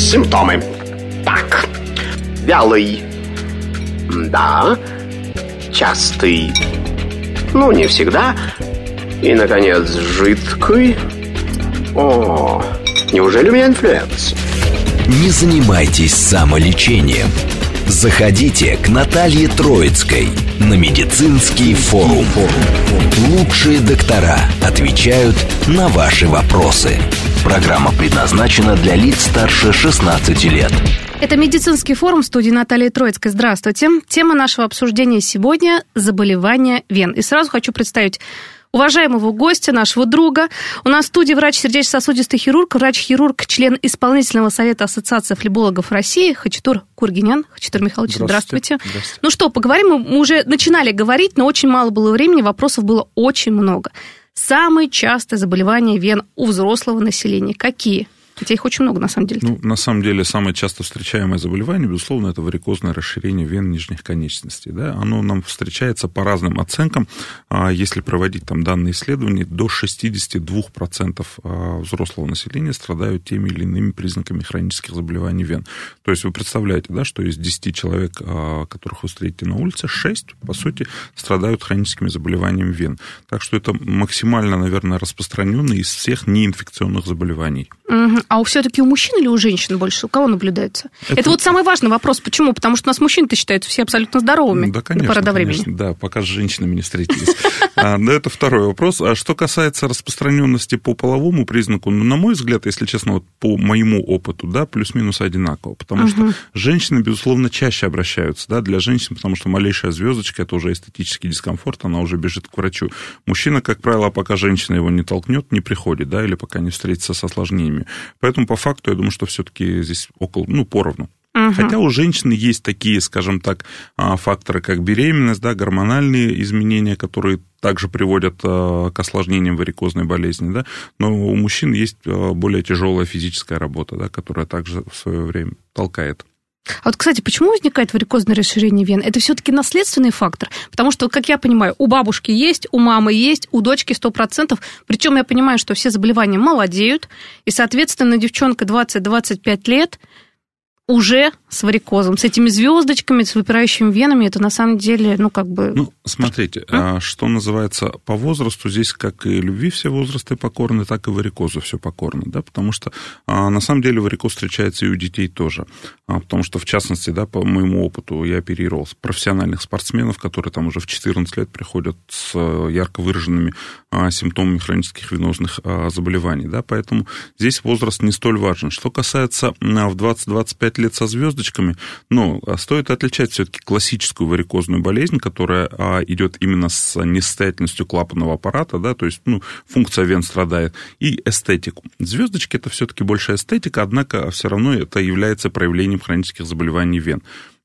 Симптомы. Так, вялый. Да. Частый. Ну, не всегда. И, наконец, жидкий. О, неужели у меня инфлюенс? Не занимайтесь самолечением. Заходите к Наталье Троицкой на медицинский форум. Лучшие доктора отвечают на ваши вопросы. Программа предназначена для лиц старше 16 лет. Это медицинский форум в студии Натальи Троицкой. Здравствуйте. Тема нашего обсуждения сегодня – заболевания вен. И сразу хочу представить уважаемого гостя, нашего друга. У нас в студии врач сердечно-сосудистый хирург, врач-хирург, член исполнительного совета Ассоциации флебологов России Хачатур Кургинян. Хачатур Михайлович, здравствуйте. Здравствуйте. Ну что, поговорим. Мы уже начинали говорить, но очень мало было времени, вопросов было очень много. Самые частые заболевания вен у взрослого населения какие? Хотя их очень много, на самом деле. Ну, на самом деле, самое часто встречаемое заболевание, безусловно, это варикозное расширение вен нижних конечностей. Да? Оно нам встречается по разным оценкам. Если проводить там данные исследования, до 62% взрослого населения страдают теми или иными признаками хронических заболеваний вен. То есть вы представляете, да, что из 10 человек, которых вы встретите на улице, 6, по сути, страдают хроническими заболеваниями вен. Так что это максимально, наверное, распространенное из всех неинфекционных заболеваний. Угу. А все-таки у мужчин или у женщин больше? У кого наблюдается? Это вот самый важный вопрос. Почему? Потому что у нас мужчины-то считаются все абсолютно здоровыми. Да, конечно, до поры до времени. Конечно, да, пока с женщинами не встретились. Но это второй вопрос. А что касается распространенности по половому признаку, ну, на мой взгляд, если честно, вот по моему опыту, да, плюс-минус одинаково. Потому что женщины, безусловно, чаще обращаются, да, для женщин, потому что малейшая звездочка – это уже эстетический дискомфорт, она уже бежит к врачу. Мужчина, как правило, пока женщина его не толкнет, не приходит, да, или пока не встретится с осложнениями. Поэтому по факту я думаю, что все-таки здесь поровну. Хотя у женщины есть такие, скажем так, факторы, как беременность, да, гормональные изменения, которые также приводят к осложнениям варикозной болезни, да, но у мужчин есть более тяжелая физическая работа, да, которая также в свое время толкает. А вот, кстати, почему возникает варикозное расширение вен? Это все-таки наследственный фактор? Потому что, как я понимаю, у бабушки есть, у мамы есть, у дочки 100%. Причем я понимаю, что все заболевания молодеют, и, соответственно, девчонка 20-25 лет уже с варикозом, с этими звездочками, с выпирающими венами, это на самом деле, Ну, смотрите, что называется, по возрасту здесь как и любви все возрасты покорны, так и варикозу все покорно, да, потому что на самом деле варикоз встречается и у детей тоже, потому что, в частности, да, по моему опыту, я оперировал профессиональных спортсменов, которые там уже в 14 лет приходят с ярко выраженными симптомами хронических венозных заболеваний, да, поэтому здесь возраст не столь важен. Что касается в 20-25 лет со звездочками, но стоит отличать все-таки классическую варикозную болезнь, которая идет именно с несостоятельностью клапанного аппарата, да, то есть, функция вен страдает, и эстетику. Звездочки – это все-таки больше эстетика, однако все равно это является проявлением хронических заболеваний вен.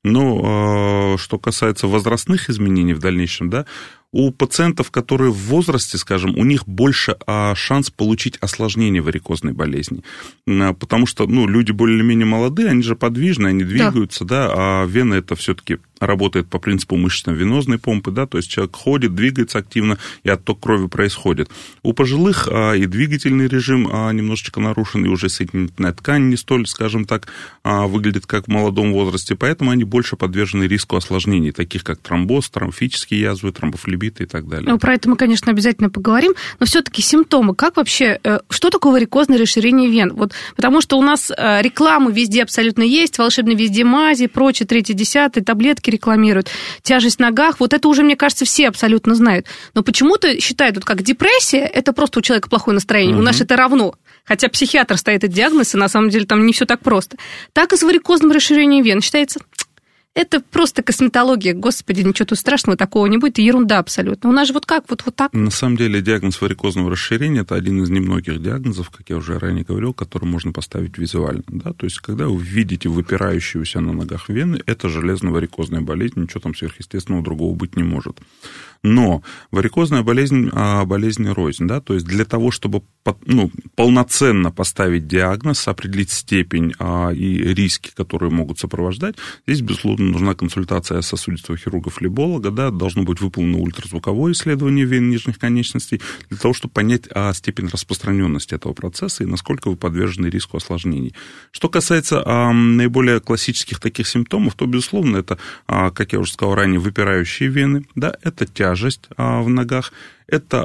Но что касается возрастных изменений в дальнейшем, да, у пациентов, которые в возрасте, скажем, у них больше шанс получить осложнение варикозной болезни. Потому что, люди более-менее молодые, они же подвижны, они двигаются, да, а вена это все-таки работает по принципу мышечно-венозной помпы, да, то есть человек ходит, двигается активно, и отток крови происходит. У пожилых и двигательный режим немножечко нарушен, и уже соединительная ткань не столь, скажем так, выглядит как в молодом возрасте, поэтому они больше подвержены риску осложнений, таких как тромбоз, тромфические язвы, тромбофлебиты и так далее. Ну, про это мы, конечно, обязательно поговорим, но все-таки симптомы, как вообще, что такое варикозное расширение вен? Вот, потому что у нас рекламы везде абсолютно есть, волшебные везде мази, прочее, 3-10, таблетки рекламируют, тяжесть в ногах, вот это уже, мне кажется, все абсолютно знают. Но почему-то считают, вот как депрессия, это просто у человека плохое настроение, у нас это равно. Хотя психиатр ставит этот диагноз, и на самом деле там не все так просто. Так и с варикозным расширением вен считается, это просто косметология, господи, ничего тут страшного такого не будет, ерунда абсолютно. У нас же вот как, вот так. На самом деле диагноз варикозного расширения – это один из немногих диагнозов, как я уже ранее говорил, который можно поставить визуально. Да? То есть, когда вы видите выпирающуюся на ногах вены, это железно-варикозная болезнь, ничего там сверхъестественного другого быть не может. Но варикозная болезнь рознь, да, то есть для того, чтобы полноценно поставить диагноз, определить степень и риски, которые могут сопровождать, здесь, безусловно, нужна консультация сосудистого хирурга-флеболога, да, должно быть выполнено ультразвуковое исследование вен нижних конечностей для того, чтобы понять степень распространенности этого процесса и насколько вы подвержены риску осложнений. Что касается наиболее классических таких симптомов, то, безусловно, это, как я уже сказал ранее, выпирающие вены, да, это тяжесть в ногах, это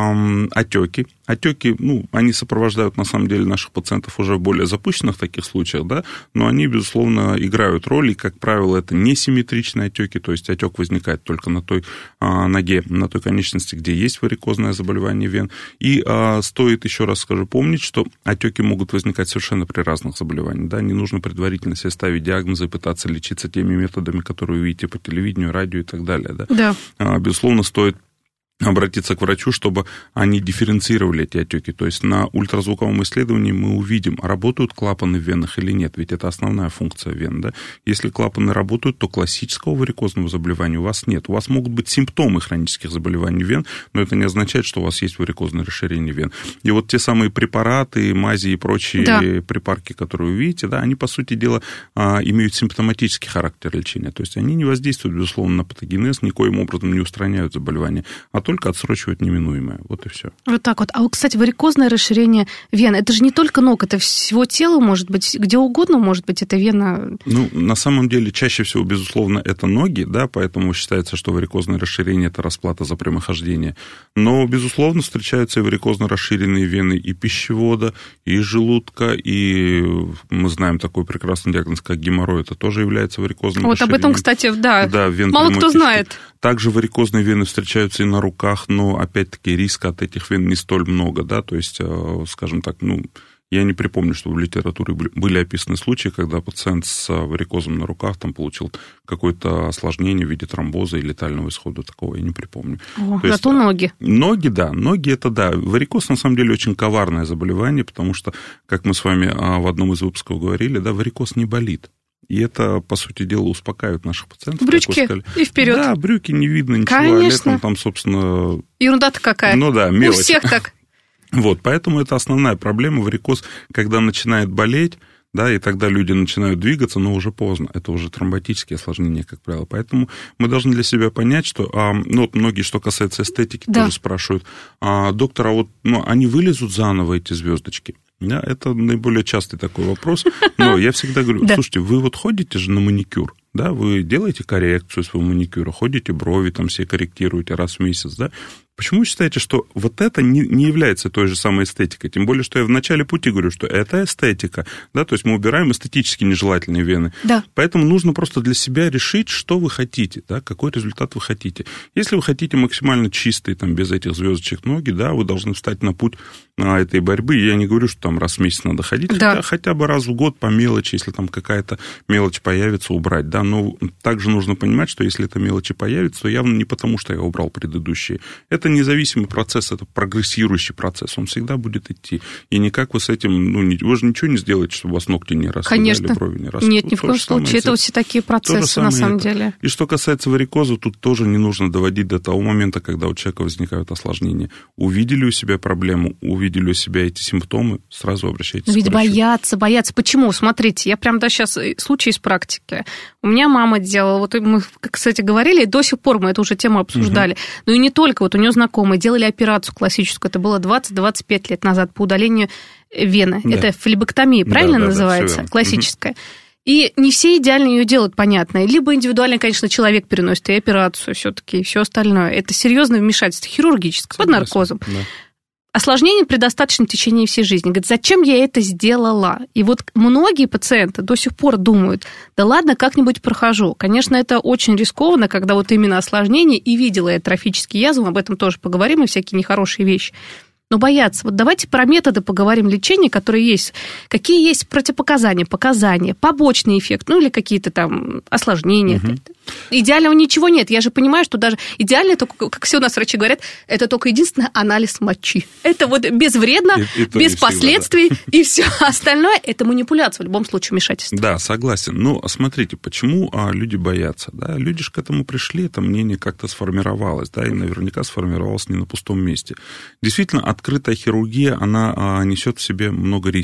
отеки. Отеки, они сопровождают, на самом деле, наших пациентов уже в более запущенных таких случаях, да, но они, безусловно, играют роль, и, как правило, это несимметричные отеки, то есть отек возникает только на той ноге, на той конечности, где есть варикозное заболевание вен. И стоит, еще раз скажу, помнить, что отеки могут возникать совершенно при разных заболеваниях, да, не нужно предварительно себе ставить диагнозы и пытаться лечиться теми методами, которые вы видите по телевидению, радио и так далее, да. Да. Безусловно, стоит обратиться к врачу, чтобы они дифференцировали эти отеки. То есть на ультразвуковом исследовании мы увидим, работают клапаны в венах или нет, ведь это основная функция вен. Да? Если клапаны работают, то классического варикозного заболевания у вас нет. У вас могут быть симптомы хронических заболеваний вен, но это не означает, что у вас есть варикозное расширение вен. И вот те самые препараты, мази и прочие припарки, которые вы видите, да, они, по сути дела, имеют симптоматический характер лечения. То есть они не воздействуют, безусловно, на патогенез, никоим образом не устраняют заболевание, а только отсрочивают неминуемое. Вот и все. Вот так вот. А, кстати, варикозное расширение вен, это же не только ног, это всего тела может быть, где угодно может быть эта вена. На самом деле, чаще всего, безусловно, это ноги, да, поэтому считается, что варикозное расширение – это расплата за прямохождение. Но, безусловно, встречаются и варикозно расширенные вены и пищевода, и желудка, и мы знаем такой прекрасный диагноз, как геморрой, это тоже является варикозным расширением. Вот об этом, кстати, мало кто знает. Также варикозные вены встречаются и на руках, но, опять-таки, риска от этих вен не столь много, да, то есть, скажем так, я не припомню, что в литературе были описаны случаи, когда пациент с варикозом на руках там получил какое-то осложнение в виде тромбоза и летального исхода, такого я не припомню. Зато ноги. Ноги, да, это да. Варикоз, на самом деле, очень коварное заболевание, потому что, как мы с вами в одном из выпусков говорили, да, варикоз не болит. И это, по сути дела, успокаивает наших пациентов. Брючки и вперед. Да, брюки не видно ничего, конечно. А летом там, собственно... Ерунда-то какая. Мелочь. У всех так. Вот, поэтому это основная проблема. Варикоз, когда начинает болеть, да, и тогда люди начинают двигаться, но уже поздно. Это уже тромботические осложнения, как правило. Поэтому мы должны для себя понять, что... многие, что касается эстетики, тоже спрашивают, доктор, они вылезут заново, эти звездочки? Да, это наиболее частый такой вопрос. Но я всегда говорю, слушайте, вы ходите же на маникюр, да, вы делаете коррекцию своего маникюра, ходите брови там все корректируете раз в месяц, да. Почему вы считаете, что вот это не является той же самой эстетикой? Тем более, что я в начале пути говорю, что это эстетика, да, то есть мы убираем эстетически нежелательные вены. Да. Поэтому нужно просто для себя решить, что вы хотите, да, какой результат вы хотите. Если вы хотите максимально чистые, там, без этих звездочек ноги, да, вы должны встать на путь этой борьбы. Я не говорю, что там раз в месяц надо ходить, хотя бы раз в год по мелочи, если там какая-то мелочь появится, убрать, да, но также нужно понимать, что если эта мелочь появится, то явно не потому, что я убрал предыдущие. Это независимый процесс, это прогрессирующий процесс, он всегда будет идти. И никак вы с этим, вы же ничего не сделаете, чтобы у вас ногти не росли, конечно. Да, или брови не росли. Нет, ни в коем случае, это все такие процессы на самом деле. И что касается варикоза, тут тоже не нужно доводить до того момента, когда у человека возникают осложнения. Увидели у себя проблему, увидели у себя эти симптомы, сразу обращайтесь к врачу. Ведь боятся. Почему? Смотрите, я прям сейчас случай из практики. У меня мама делала, вот мы, кстати, говорили, и до сих пор мы эту уже тему обсуждали. Но и не только, вот у нее знакомые делали операцию классическую, это было 20-25 лет назад, по удалению вены. Да. Это флебоктомия, правильно называется? Классическая. И не все идеально ее делают, понятно. Либо индивидуально, конечно, человек переносит и операцию все-таки, и все остальное. Это серьезное вмешательство, хирургическое, под наркозом. Да. Осложнений предостаточно в течение всей жизни. Говорит, зачем я это сделала? И вот многие пациенты до сих пор думают, да ладно, как-нибудь прохожу. Конечно, это очень рискованно, когда вот именно осложнения, и видела я трофические язвы, об этом тоже поговорим, и всякие нехорошие вещи. Но боятся. Вот давайте про методы поговорим лечения, которые есть. Какие есть противопоказания, показания, побочный эффект, или какие-то там осложнения. Идеального ничего нет. Я же понимаю, что даже идеально, только, как все у нас врачи говорят, это только единственный анализ мочи. Это вот безвредно, без последствий, и все остальное это манипуляция, в любом случае вмешательство. Да, согласен. Но смотрите, почему люди боятся? Да? Люди же к этому пришли, это мнение как-то сформировалось, да, и наверняка сформировалось не на пустом месте. Действительно, открытая хирургия, она несет в себе много рисков.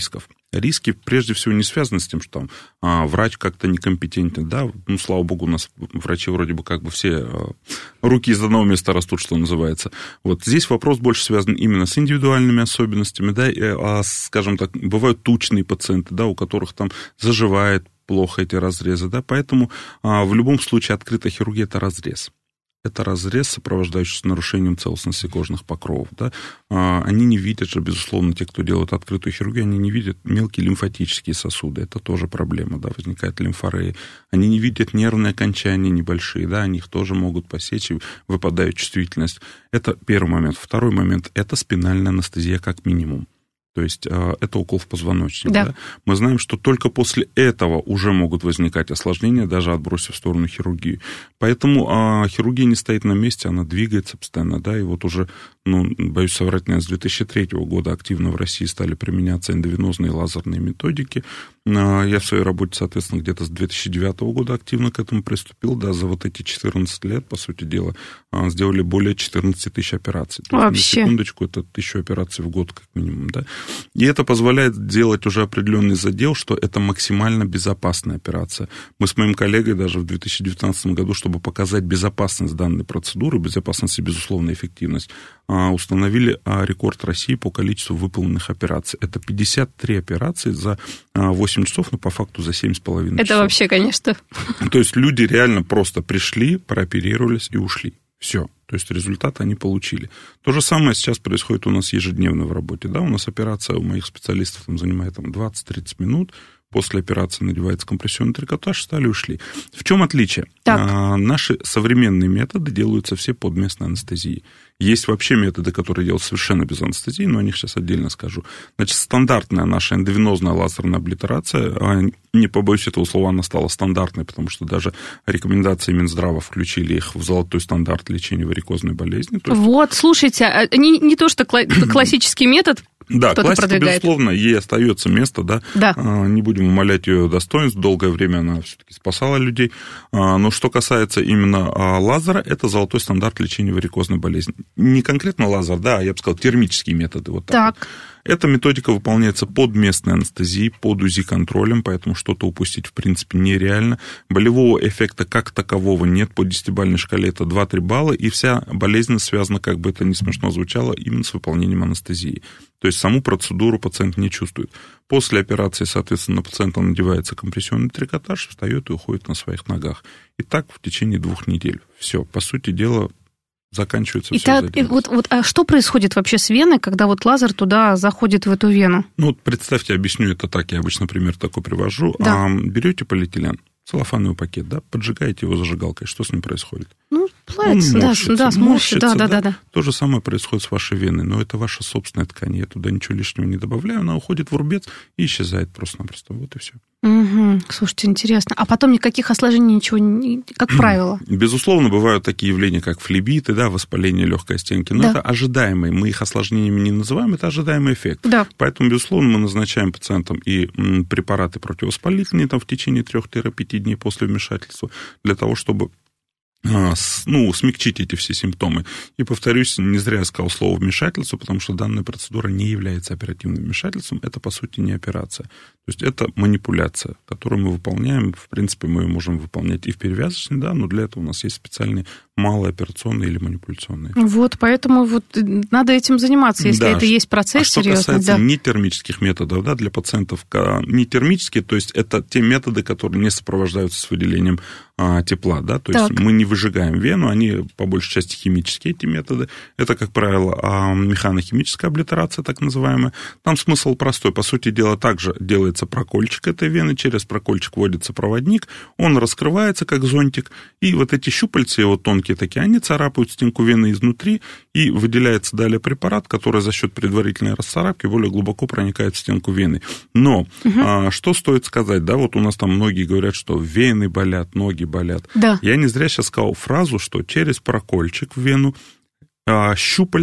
Риски, прежде всего, не связаны с тем, что там врач как-то некомпетентен, да, ну, слава богу, у нас врачи вроде бы как бы все руки из одного места растут, что называется. Вот здесь вопрос больше связан именно с индивидуальными особенностями, да, скажем так, бывают тучные пациенты, да, у которых там заживает плохо эти разрезы, да, поэтому в любом случае открытая хирургия – это разрез. Это разрез, сопровождающийся нарушением целостности кожных покровов. Да? Они не видят же, безусловно, те, кто делает открытую хирургию, они не видят мелкие лимфатические сосуды. Это тоже проблема, да? Возникает лимфорея. Они не видят нервные окончания небольшие, да? Они их тоже могут посечь, и выпадает чувствительность. Это первый момент. Второй момент – это спинальная анестезия как минимум. То есть это укол в позвоночник. Да. Да? Мы знаем, что только после этого уже могут возникать осложнения, даже отбросив в сторону хирургию. Поэтому хирургия не стоит на месте, она двигается постоянно. Да? И вот уже, боюсь соврать, с 2003 года активно в России стали применяться эндовенозные лазерные методики. Я в своей работе, соответственно, где-то с 2009 года активно к этому приступил. Да, за вот эти 14 лет, по сути дела, сделали более 14 тысяч операций. То есть, на секундочку, это 1000 операций в год как минимум. Да? И это позволяет делать уже определенный задел, что это максимально безопасная операция. Мы с моим коллегой даже в 2019 году, чтобы показать безопасность данной процедуры, безопасность и, безусловно, эффективность, установили рекорд России по количеству выполненных операций. Это 53 операции за 8 часов, но по факту за 7,5 часов. Это вообще, конечно. То есть люди реально просто пришли, прооперировались и ушли. Все. То есть результат они получили. То же самое сейчас происходит у нас ежедневно в работе. Да? У нас операция у моих специалистов занимает 20-30 минут. После операции надевается компрессионный трикотаж, встали и ушли. В чем отличие? Наши современные методы делаются все под местной анестезией. Есть вообще методы, которые делают совершенно без анестезии, но о них сейчас отдельно скажу. Значит, стандартная наша эндовенозная лазерная облитерация, не побоюсь этого слова, она стала стандартной, потому что даже рекомендации Минздрава включили их в золотой стандарт лечения варикозной болезни. То есть... Вот, слушайте, не то, что классический метод. Да, классика, продвигает. Безусловно, ей остается место, да. Не будем умалять ее достоинств, долгое время она все-таки спасала людей. Но что касается именно лазера, это золотой стандарт лечения варикозной болезни. Не конкретно лазер, да, а я бы сказал, термические методы. Вот так. Вот. Эта методика выполняется под местной анестезией, под УЗИ-контролем, поэтому что-то упустить, в принципе, нереально. Болевого эффекта как такового нет. По 10-бальной шкале это 2-3 балла, и вся болезнь связана, как бы это ни смешно звучало, именно с выполнением анестезии. То есть саму процедуру пациент не чувствует. После операции, соответственно, на пациента надевается компрессионный трикотаж, встает и уходит на своих ногах. И так в течение 2 недель. Все, по сути дела, заканчивается все. А что происходит вообще с веной, когда вот лазер туда заходит в эту вену? Представьте, объясню это так, я обычно пример такой привожу. Да. Берете полиэтилен, целлофановый пакет, да, поджигаете его зажигалкой, что с ним происходит? Плавится, сморщится, да. То же самое происходит с вашей веной, но это ваша собственная ткань, я туда ничего лишнего не добавляю, она уходит в рубец и исчезает просто-напросто, вот и все. Угу. Слушайте, интересно. А потом никаких осложнений, ничего, как правило? Безусловно, бывают такие явления, как флебиты, да, воспаление легкой стенки, но это ожидаемые. Мы их осложнениями не называем, это ожидаемый эффект. Да. Поэтому, безусловно, мы назначаем пациентам и препараты противовоспалительные там, в течение 3-5 дней после вмешательства для того, чтобы смягчить эти все симптомы. И, повторюсь, не зря я сказал слово «вмешательство», потому что данная процедура не является оперативным вмешательством, это, по сути, не операция. То есть это манипуляция, которую мы выполняем. В принципе, мы ее можем выполнять и в перевязочной, да, но для этого у нас есть специальные малооперационные или манипуляционные. Вот, поэтому надо этим заниматься, если это есть процесс серьезный. Что касается нетермических методов, да, для пациентов нетермические, то есть это те методы, которые не сопровождаются с выделением тепла, да, то есть мы не выжигаем вену, они по большей части химические, эти методы. Это, как правило, механохимическая облитерация, так называемая. Там смысл простой. По сути дела, также делается прокольчик этой вены, через прокольчик вводится проводник, он раскрывается, как зонтик, и вот эти щупальцы, вот тонкие такие, они царапают стенку вены изнутри, и выделяется далее препарат, который за счет предварительной расцарапки более глубоко проникает в стенку вены. Но что стоит сказать, да, вот у нас там многие говорят, что вены болят, ноги болят. Да. Я не зря сейчас сказал фразу, что через прокольчик в вену щупальца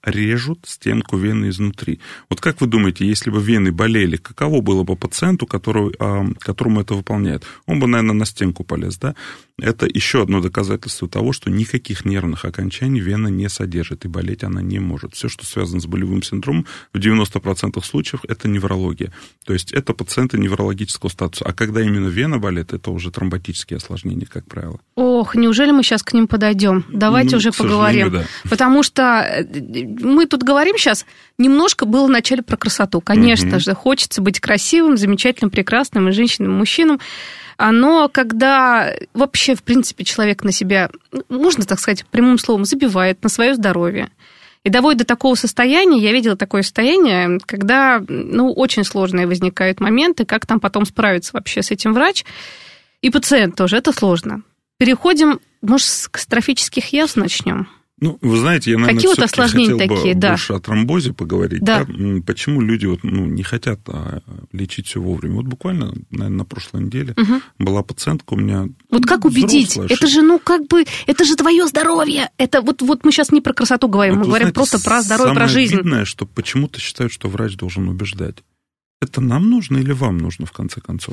режут стенку вены изнутри. Вот как вы думаете, если бы вены болели, каково было бы пациенту, которому это выполняет? Он бы, наверное, на стенку полез, да? Это еще одно доказательство того, что никаких нервных окончаний вена не содержит, и болеть она не может. Все, что связано с болевым синдромом, в 90% случаев это неврология. То есть это пациенты неврологического статуса. А когда именно вена болит, это уже тромботические осложнения, как правило. Ох, неужели мы сейчас к ним подойдем? Давайте уже поговорим. Да. Потому что мы тут говорим сейчас, немножко было вначале про красоту. Конечно же, хочется быть красивым, замечательным, прекрасным и женщинам, и мужчинам. Но когда вообще, в принципе, человек на себя, можно так сказать, прямым словом, забивает на свое здоровье и доводит до такого состояния, я видела такое состояние, когда, очень сложные возникают моменты, как там потом справиться вообще с этим врач и пациент тоже, это сложно. Переходим, может, с катастрофических язв начнем? Вы знаете, я, наверное, какие хотел бы такие, больше о тромбозе поговорить. Да. Почему люди не хотят лечить все вовремя? Вот буквально, наверное, на прошлой неделе была пациентка у меня. Вот как убедить? Это же, это же твое здоровье. Это вот мы сейчас не про красоту говорим, мы говорим просто про здоровье, про жизнь. Самое обидное, что почему-то считают, что врач должен убеждать. Это нам нужно или вам нужно, в конце концов?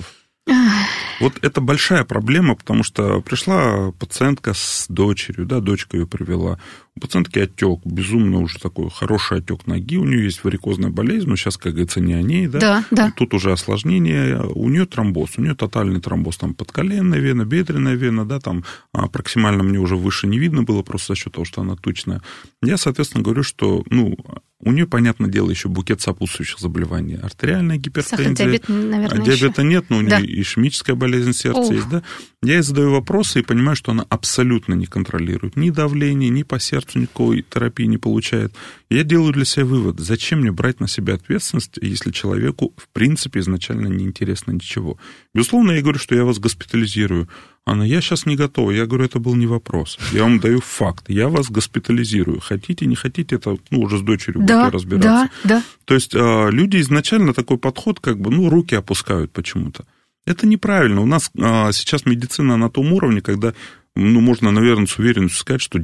Вот это большая проблема, потому что пришла пациентка с дочерью, да, дочка ее привела. У пациентки отек, безумно уже такой хороший отек ноги, у нее есть варикозная болезнь, но сейчас, как говорится, не о ней, да? Да. Тут уже осложнение, у нее тромбоз, у нее тотальный тромбоз, там подколенная вена, бедренная вена, да, там проксимально мне уже выше не видно было, просто за счет того, что она тучная. Я, соответственно, говорю, что, у нее, понятное дело, еще букет сопутствующих заболеваний. Артериальная гипертензия. Диабет, наверное, диабета еще. Нет, но у нее ишемическая болезнь сердца есть, да? Я ей задаю вопросы и понимаю, что она абсолютно не контролирует ни давление, ни по сердцу никакой терапии не получает. Я делаю для себя вывод, зачем мне брать на себя ответственность, если человеку, в принципе, изначально не интересно ничего. Безусловно, я говорю, что я вас госпитализирую. Она, я сейчас не готова. Я говорю, это был не вопрос. Я вам даю факт. Я вас госпитализирую. Хотите, не хотите, это уже с дочерью будете разбираться. Да. То есть люди изначально такой подход, руки опускают почему-то. Это неправильно. У нас сейчас медицина на том уровне, когда, можно, наверное, с уверенностью сказать, что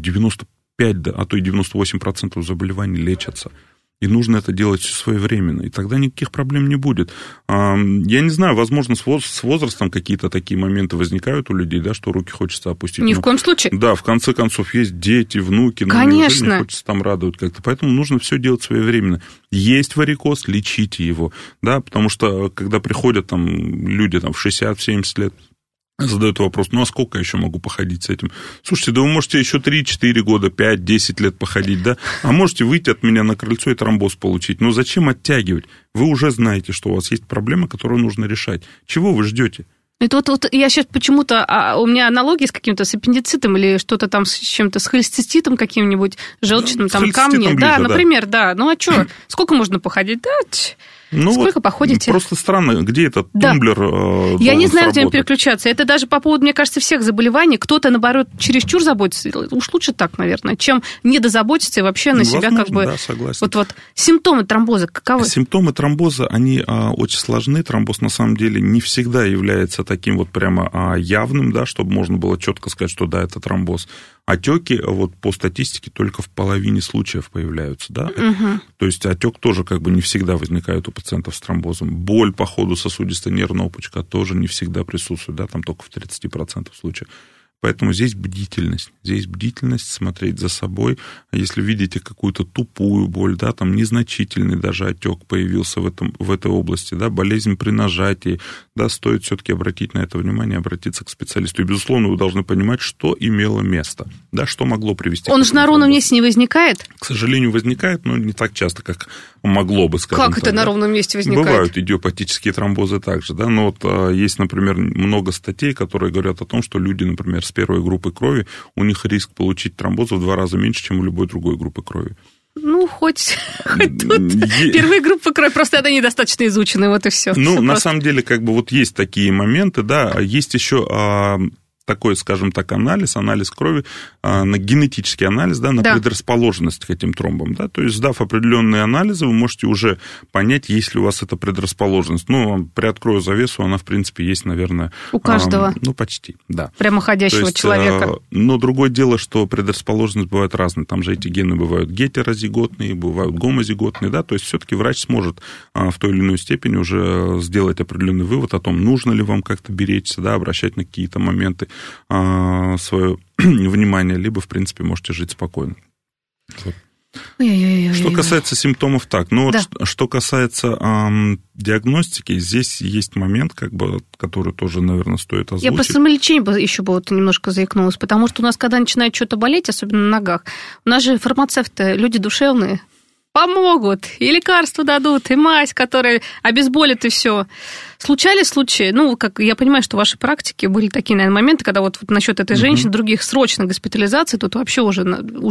95, а то и 98% заболеваний лечатся. И нужно это делать своевременно, и тогда никаких проблем не будет. Я не знаю, возможно, с возрастом какие-то такие моменты возникают у людей, да, что руки хочется опустить. Ни в коем случае. Да, в конце концов, есть дети, внуки, конечно. Не хочется там радовать как-то. Поэтому нужно все делать своевременно. Есть варикоз, лечите его, да, потому что, когда приходят там люди в 60-70 лет, задают вопрос, а сколько я еще могу походить с этим? Слушайте, да вы можете еще 3-4 года, 5-10 лет походить, да? А можете выйти от меня на крыльцо и тромбоз получить. Но зачем оттягивать? Вы уже знаете, что у вас есть проблема, которую нужно решать. Чего вы ждете? Это вот я сейчас почему-то, у меня аналогия с каким-то с аппендицитом или что-то там с чем-то, с холециститом каким-нибудь, желчным там камнем. Да, например, да. Ну а что, сколько можно походить? Да, сколько походите? Просто странно, где этот тумблер Я не знаю, где им переключаться. Это даже по поводу, мне кажется, всех заболеваний. Кто-то, наоборот, чересчур заботится. Уж лучше так, наверное, чем недозаботиться и вообще на себя Да, согласен. Вот симптомы тромбоза каковы? Симптомы тромбоза, они очень сложны. Тромбоз, на самом деле, не всегда является таким вот прямо явным, да, чтобы можно было четко сказать, что да, это тромбоз. Отеки, по статистике, только в половине случаев появляются, да. То есть отек тоже не всегда возникает у пациентов с тромбозом. Боль по ходу сосудистой нервного пучка тоже не всегда присутствует, да, там только в 30% случаев. Поэтому здесь бдительность, смотреть за собой. Если видите какую-то тупую боль, да, там незначительный даже отек появился в этой области, да, болезнь при нажатии, да, стоит все-таки обратить на это внимание, обратиться к специалисту. И, безусловно, вы должны понимать, что имело место, да, что могло привести. Он же на ровном месте не возникает? К сожалению, возникает, но не так часто, как могло бы, скажем так. Как это на ровном месте возникает? Бывают идиопатические тромбозы также, да, но есть, например, много статей, которые говорят о том, что люди, например, с первой группы крови, у них риск получить тромбоз в 2 раза меньше, чем у любой другой группы крови. Хоть тут первая группа крови, просто это недостаточно изучено, вот и все. На самом деле, есть такие моменты, да, есть еще такой, скажем так, анализ крови, на генетический анализ, да, на предрасположенность к этим тромбам. Да? То есть, сдав определенные анализы, вы можете уже понять, есть ли у вас эта предрасположенность. Ну, приоткрою завесу, она, в принципе, есть, наверное... У каждого. Почти, да. Прямоходящего человека. Но другое дело, что предрасположенность бывает разная. Там же эти гены бывают гетерозиготные, бывают гомозиготные, да, то есть все-таки врач сможет в той или иной степени уже сделать определенный вывод о том, нужно ли вам как-то беречься, да, обращать на какие-то моменты свое внимание, либо, в принципе, можете жить спокойно. Вот. Что касается симптомов, так. Ну, да. Вот, что касается диагностики, здесь есть момент, как бы, который тоже, наверное, стоит озвучить. Я по самолечению еще бы вот немножко заикнулась, потому что у нас, когда начинает что-то болеть, особенно на ногах, у нас же фармацевты, люди душевные, помогут, и лекарства дадут, и мазь, которая обезболит, и все. Случались случаи, ну, как я понимаю, что в вашей практике были такие, наверное, моменты, когда вот насчет этой женщины, других срочной госпитализации, тут вообще уже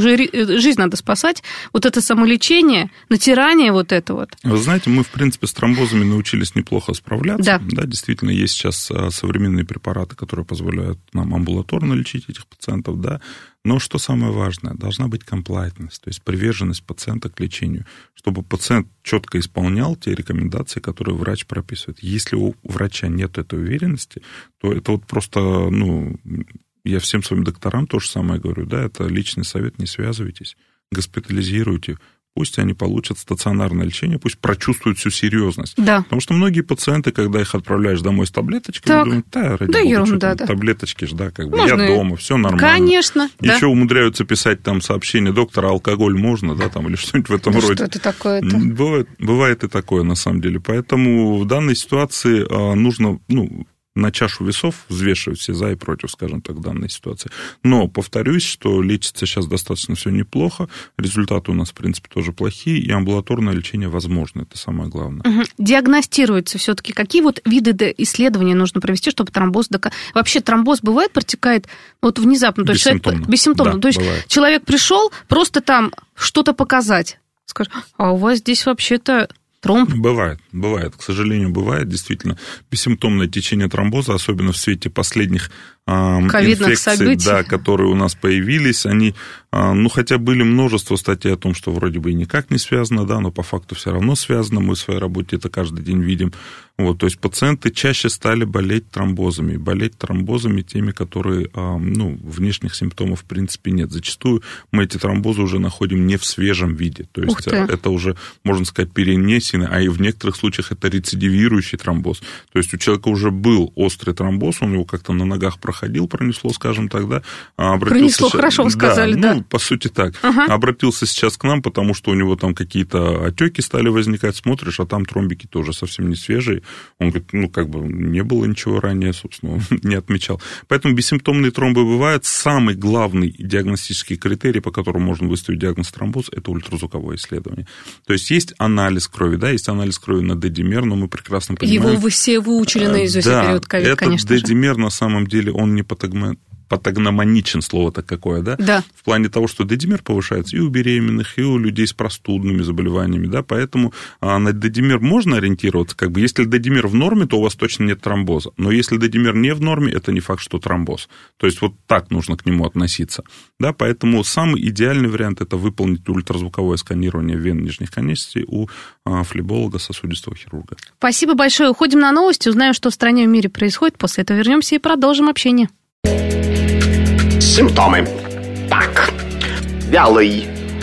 жизнь надо спасать. Вот это самолечение, натирание вот это вот. Вы знаете, мы, в принципе, с тромбозами научились неплохо справляться. Да, действительно, есть сейчас современные препараты, которые позволяют нам амбулаторно лечить этих пациентов, да. Но что самое важное, должна быть комплайтность, то есть приверженность пациента к лечению, чтобы пациент четко исполнял те рекомендации, которые врач прописывает. Если у врача нет этой уверенности, то это вот просто, ну, я всем своим докторам то же самое говорю, да, это личный совет, не связывайтесь, госпитализируйте. Пусть они получат стационарное лечение, пусть прочувствуют всю серьезность. Да. Потому что многие пациенты, когда их отправляешь домой с таблеточками, думают, ради бога, ерунда, таблеточки же, да, как бы я дома, все нормально. Конечно. Еще умудряются писать там сообщения, доктор, алкоголь можно, да, там, или что-нибудь в этом роде. Что это такое-то? Бывает и такое, на самом деле. Поэтому в данной ситуации нужно, на чашу весов взвешивать все за и против, скажем так, в данной ситуации. Но повторюсь, что лечится сейчас достаточно все неплохо, результаты у нас, в принципе, тоже плохие, и амбулаторное лечение возможно, это самое главное. Диагностируется все-таки, какие вот виды исследований нужно провести, чтобы тромбоз... Вообще тромбоз бывает, протекает вот внезапно? То есть бессимптомно. Да, то есть бывает. Человек пришел просто там что-то показать, скажет, а у вас здесь вообще-то... Тромб? Бывает, к сожалению, бывает, действительно, бессимптомное течение тромбоза, особенно в свете последних инфекций, событий, да, которые у нас появились, они, хотя были множество статей о том, что вроде бы и никак не связано, да, но по факту все равно связано, мы в своей работе это каждый день видим. Вот, то есть пациенты чаще стали болеть тромбозами теми, которые, внешних симптомов в принципе нет. Зачастую мы эти тромбозы уже находим не в свежем виде, то есть это уже, можно сказать, перенесенный, а и в некоторых случаях это рецидивирующий тромбоз. То есть у человека уже был острый тромбоз, он его как-то на ногах пронесло, скажем так, да. Пронесло, хорошо вы сказали, да. По сути так. Обратился сейчас к нам, потому что у него там какие-то отеки стали возникать, смотришь, а там тромбики тоже совсем не свежие. Он говорит, не было ничего ранее, собственно, он не отмечал. Поэтому бессимптомные тромбы бывают. Самый главный диагностический критерий, по которому можно выставить диагноз тромбоз, это ультразвуковое исследование. То есть есть анализ крови, да, есть анализ крови на дедимер, но мы прекрасно понимаем... Его вы все выучили наизусть в период ковида, конечно же. Этот дедимер, на самом деле, он не патогномоничен, слово-то какое, да? Да. В плане того, что дедимер повышается и у беременных, и у людей с простудными заболеваниями, да, поэтому на дедимер можно ориентироваться, как бы, если дедимер в норме, то у вас точно нет тромбоза, но если дедимер не в норме, это не факт, что тромбоз, то есть вот так нужно к нему относиться, да, поэтому самый идеальный вариант – это выполнить ультразвуковое сканирование вен нижних конечностей у флеболога, сосудистого хирурга. Спасибо большое, уходим на новости, узнаем, что в стране и в мире происходит, после этого вернемся и продолжим общение. Симптомы. Так, вялый.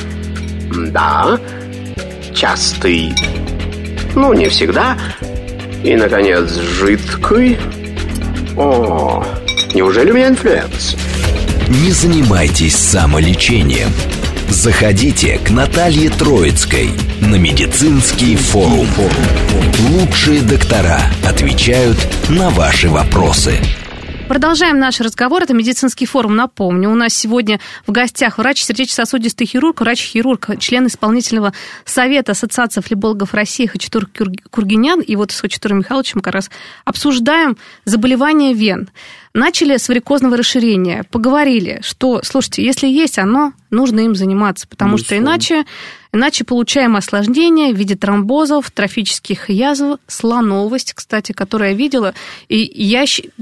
Да. Частый. Не всегда. И, наконец, жидкий. О, неужели у меня инфлюенс? Не занимайтесь самолечением. Заходите к Наталье Троицкой на медицинский форум. Лучшие доктора отвечают на ваши вопросы. Продолжаем наш разговор. Это медицинский форум. Напомню, у нас сегодня в гостях врач сердечно-сосудистый хирург, врач-хирург, член исполнительного совета Ассоциации флебологов России Хачатур Кургинян. И вот с Хачатуром Михайловичем мы как раз обсуждаем заболевания вен. Начали с варикозного расширения, поговорили, что, слушайте, если есть оно, нужно им заниматься, потому что иначе получаем осложнения в виде тромбозов, трофических язв, слоновость, кстати, которую я видела. И я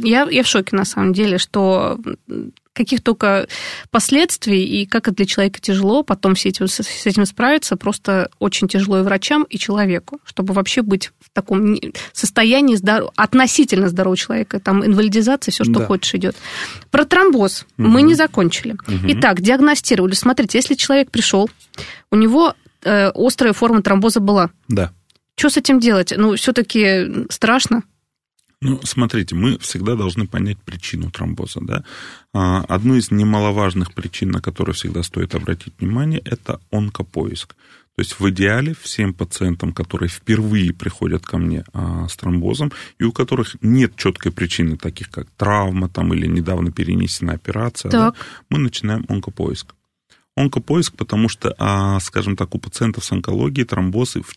в шоке, на самом деле, что каких только последствий, и как это для человека тяжело, потом с этим справиться, просто очень тяжело и врачам, и человеку, чтобы вообще быть в таком состоянии относительно здорового человека. Там инвалидизация, все, что хочешь, идет. Про тромбоз мы не закончили. Итак, диагностировали. Смотрите, если человек пришел, у него острая форма тромбоза была. Да. Что с этим делать? Ну, все-таки страшно. Ну, смотрите, мы всегда должны понять причину тромбоза, да. Одну из немаловажных причин, на которую всегда стоит обратить внимание, это онкопоиск. То есть в идеале всем пациентам, которые впервые приходят ко мне с тромбозом, и у которых нет четкой причины, таких как травма там, или недавно перенесена операция, да, мы начинаем онкопоиск. Онкопоиск, потому что, скажем так, у пациентов с онкологией тромбозы в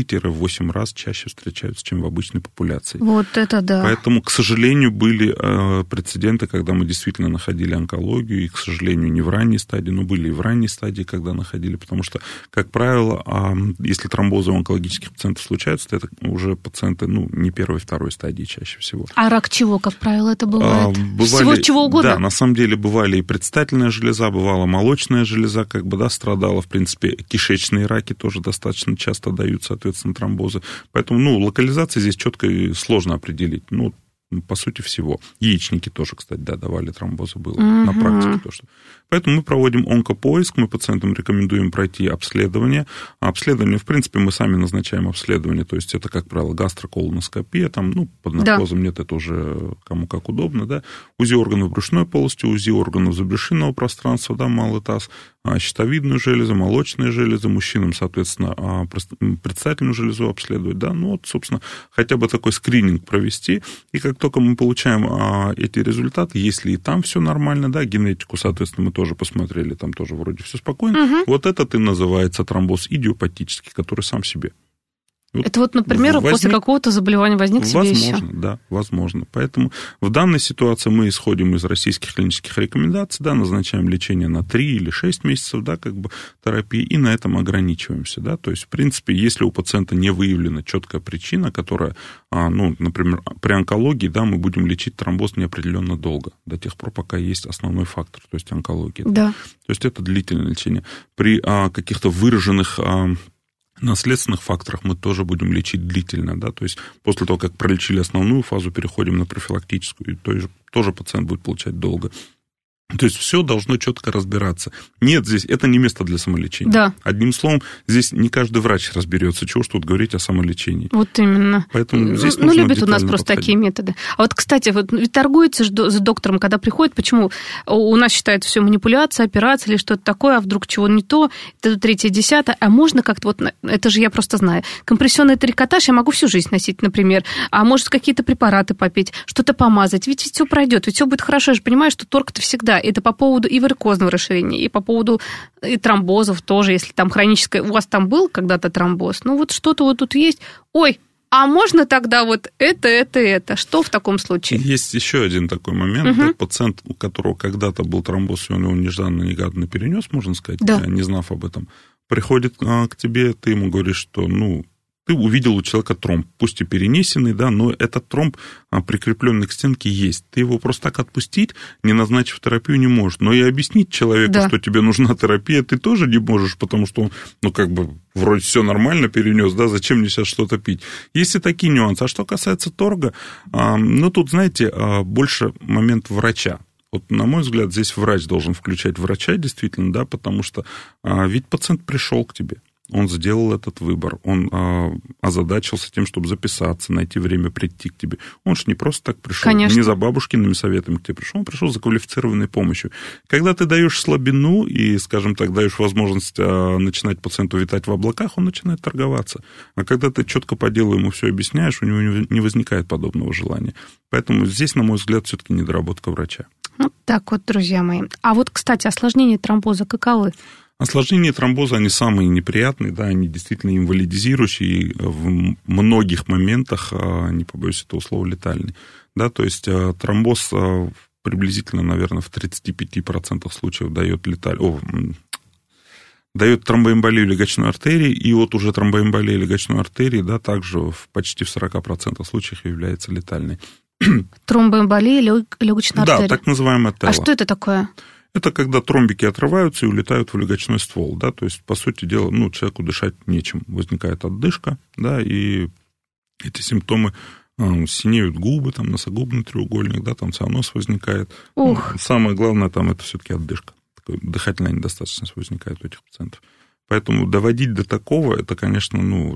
4-8 раз чаще встречаются, чем в обычной популяции. Вот это да. Поэтому, к сожалению, были прецеденты, когда мы действительно находили онкологию, и, к сожалению, не в ранней стадии, но были и в ранней стадии, когда находили, потому что, как правило, если тромбозы у онкологических пациентов случаются, то это уже пациенты, не первой, второй стадии чаще всего. А рак чего, как правило, это бывает? Всего чего угодно? Да, на самом деле бывали и предстательная железа, бывала молочная железа, страдала, в принципе, кишечные раки тоже достаточно часто дают, соответственно, тромбозы. Поэтому, локализация здесь четко и сложно определить. По сути, всего. Яичники тоже, кстати, давали тромбозы, было на практике то, что. Поэтому мы проводим онкопоиск, мы пациентам рекомендуем пройти обследование. Обследование, в принципе, мы сами назначаем обследование, то есть это, как правило, гастроколоноскопия, там, под наркозом нет, это уже кому как удобно, да. УЗИ органов брюшной полости, УЗИ органов забрюшинного пространства, да, малый таз, щитовидную железу, молочные железы, мужчинам, соответственно, предстательную железу обследовать, да, собственно, хотя бы такой скрининг провести, и как только мы получаем эти результаты, если и там все нормально, да, генетику, соответственно, мы тоже посмотрели, там тоже вроде все спокойно, вот этот и называется тромбоз идиопатический, который сам себе. Это например, после какого-то заболевания возник себе еще? Возможно, да, возможно. Поэтому в данной ситуации мы исходим из российских клинических рекомендаций, да, назначаем лечение на 3 или 6 месяцев, да, терапии, и на этом ограничиваемся, да. То есть, в принципе, если у пациента не выявлена четкая причина, которая, например, при онкологии, да, мы будем лечить тромбоз неопределенно долго, до тех пор, пока есть основной фактор, то есть онкология. Да. То есть это длительное лечение. При каких-то выраженных наследственных факторах мы тоже будем лечить длительно, да, то есть после того, как пролечили основную фазу, переходим на профилактическую, и тоже пациент будет получать долго. То есть все должно четко разбираться. Нет, здесь это не место для самолечения. Да. Одним словом, здесь не каждый врач разберется, чего ж тут говорить о самолечении. Вот именно. Поэтому здесь нужно любят у нас просто подходить. Такие методы. А вот, кстати, ведь торгуется с доктором, когда приходит, почему у нас считают все манипуляция, операция или что-то такое, а вдруг чего не то, это 3-10, а можно как-то это же я просто знаю, компрессионный трикотаж я могу всю жизнь носить, например, а может какие-то препараты попить, что-то помазать, ведь все пройдет, ведь все будет хорошо, я же понимаю, что торг-то всегда. Это по поводу и варикозного расширения, и по поводу и тромбозов тоже, если там хроническое... У вас там был когда-то тромбоз? Что-то тут есть. Ой, а можно тогда это? Что в таком случае? Есть еще один такой момент. Да, пациент, у которого когда-то был тромбоз, и он его нежданно-негаданно перенес, можно сказать, не знав об этом, приходит к тебе, ты ему говоришь, что, ты увидел у человека тромб, пусть и перенесенный, да, но этот тромб, прикрепленный к стенке, есть. Ты его просто так отпустить, не назначив терапию, не можешь. Но и объяснить человеку, что тебе нужна терапия, ты тоже не можешь, потому что он, вроде все нормально перенес, да, зачем мне сейчас что-то пить? Есть и такие нюансы. А что касается торга, тут, знаете, больше момент врача. Вот, на мой взгляд, здесь врач должен включать врача, действительно, да, потому что ведь пациент пришел к тебе. Он сделал этот выбор, он озадачился тем, чтобы записаться, найти время прийти к тебе. Он же не просто так пришел, Конечно. Не за бабушкиными советами к тебе пришел, он пришел за квалифицированной помощью. Когда ты даешь слабину и, скажем так, даешь возможность начинать пациенту витать в облаках, он начинает торговаться. А когда ты четко по делу ему все объясняешь, у него не возникает подобного желания. Поэтому здесь, на мой взгляд, все-таки недоработка врача. Так вот, друзья мои. А вот, кстати, осложнения тромбоза каковы? Осложнения тромбоза, они самые неприятные, да, они действительно инвалидизирующие, и в многих моментах, не побоюсь этого слова, летальные. Да, то есть тромбоз приблизительно, наверное, в 35% случаев дает тромбоэмболию легочной артерии, и вот уже тромбоэмболия легочной артерии, да, также почти в 40% случаев является летальной. Тромбоэмболия легочной артерии. Да, так называемая ТЭЛА. А что это такое? Это когда тромбики отрываются и улетают в легочной ствол, да, то есть, по сути дела, человеку дышать нечем, возникает отдышка, да, и эти симптомы синеют губы, там, носогубный треугольник, да, там цианоз возникает. Самое главное, там, это все-таки отдышка. Дыхательная недостаточность возникает у этих пациентов. Поэтому доводить до такого, это, конечно,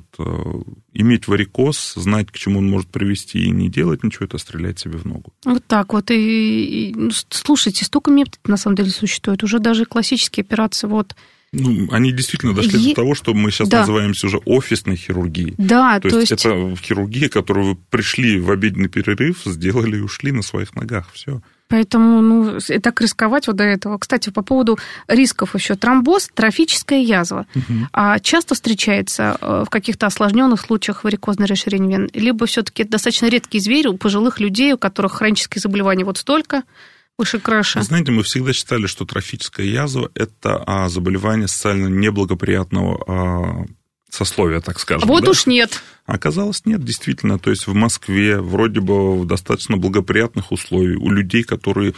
иметь варикоз, знать, к чему он может привести, и не делать ничего, это стрелять себе в ногу. Вот так вот. Слушайте, столько методов, на самом деле, существует. Уже даже классические операции, они действительно дошли до того, что мы сейчас называемся уже офисной хирургией. Да, то есть это хирургия, которую вы пришли в обеденный перерыв, сделали и ушли на своих ногах. Все. Поэтому, и так рисковать до этого. Кстати, по поводу рисков еще. Тромбоз, трофическая язва. А часто встречается в каких-то осложненных случаях варикозное расширение вен? Либо все-таки достаточно редкий зверь у пожилых людей, у которых хронические заболевания столько, выше крыши? Знаете, мы всегда считали, что трофическая язва – это заболевание социально неблагоприятного сословия, так скажем. Уж нет. Оказалось, нет, действительно. То есть в Москве вроде бы в достаточно благоприятных условиях у людей, которые,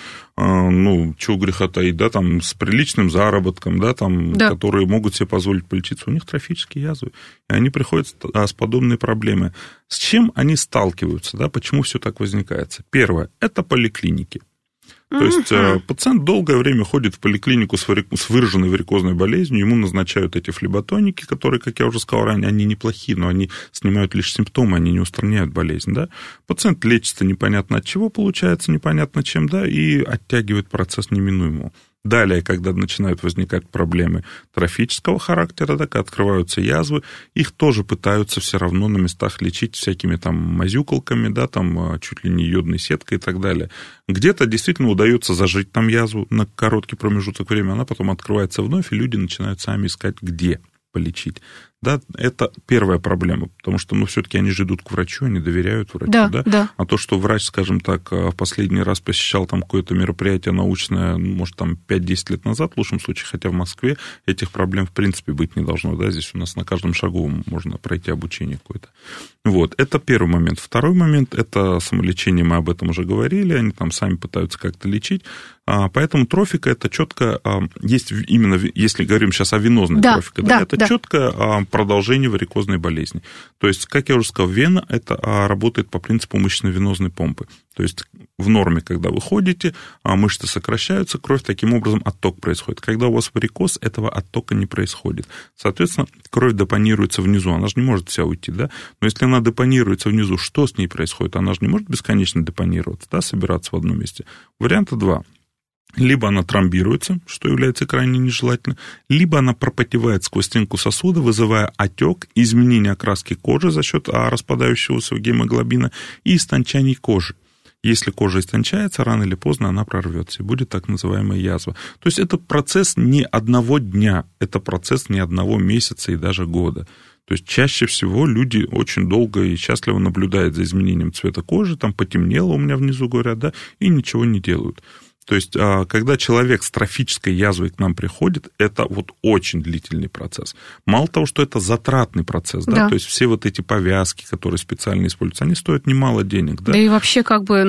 чего греха таить, да, там, с приличным заработком, да, там, которые могут себе позволить полечиться, у них трофические язвы. И они приходят с подобной проблемой. С чем они сталкиваются, да, почему все так возникает? Первое – это поликлиники. То есть пациент долгое время ходит в поликлинику с выраженной варикозной болезнью, ему назначают эти флеботоники, которые, как я уже сказал ранее, они неплохие, но они снимают лишь симптомы, они не устраняют болезнь. Да? Пациент лечится непонятно от чего, получается непонятно чем, да, и оттягивает процесс неминуемого. Далее, когда начинают возникать проблемы трофического характера, да, когда открываются язвы, их тоже пытаются все равно на местах лечить всякими там мазюкалками, да, там чуть ли не йодной сеткой и так далее. Где-то действительно удается зажить там язву на короткий промежуток времени, она потом открывается вновь, и люди начинают сами искать, где полечить. Да, это первая проблема, потому что, все-таки они же идут к врачу, они доверяют врачу, да? А то, что врач, скажем так, в последний раз посещал там какое-то мероприятие научное, может, там 5-10 лет назад, в лучшем случае, хотя в Москве этих проблем в принципе быть не должно, да, здесь у нас на каждом шагу можно пройти обучение какое-то. Это первый момент. Второй момент, это самолечение, мы об этом уже говорили, они там сами пытаются как-то лечить, поэтому трофика это четко, есть именно, если говорим сейчас о венозной трофике, это четко продолжение варикозной болезни. То есть, как я уже сказал, вена это работает по принципу мышечно-венозной помпы. То есть, в норме, когда вы ходите, мышцы сокращаются, кровь, таким образом отток происходит. Когда у вас варикоз, этого оттока не происходит. Соответственно, кровь депонируется внизу, она же не может вся уйти, да? Но если она депонируется внизу, что с ней происходит? Она же не может бесконечно депонироваться, да, собираться в одном месте. Варианта два. Либо она тромбируется, что является крайне нежелательно, либо она пропотевает сквозь стенку сосуда, вызывая отек, изменение окраски кожи за счет распадающегося гемоглобина и истончание кожи. Если кожа истончается, рано или поздно она прорвется, и будет так называемая язва. То есть это процесс не одного дня, это процесс не одного месяца и даже года. То есть чаще всего люди очень долго и счастливо наблюдают за изменением цвета кожи, там потемнело у меня внизу, говорят, да, и ничего не делают. То есть, когда человек с трофической язвой к нам приходит, это очень длительный процесс. Мало того, что это затратный процесс, да, то есть все эти повязки, которые специально используются, они стоят немало денег, да. Да и вообще,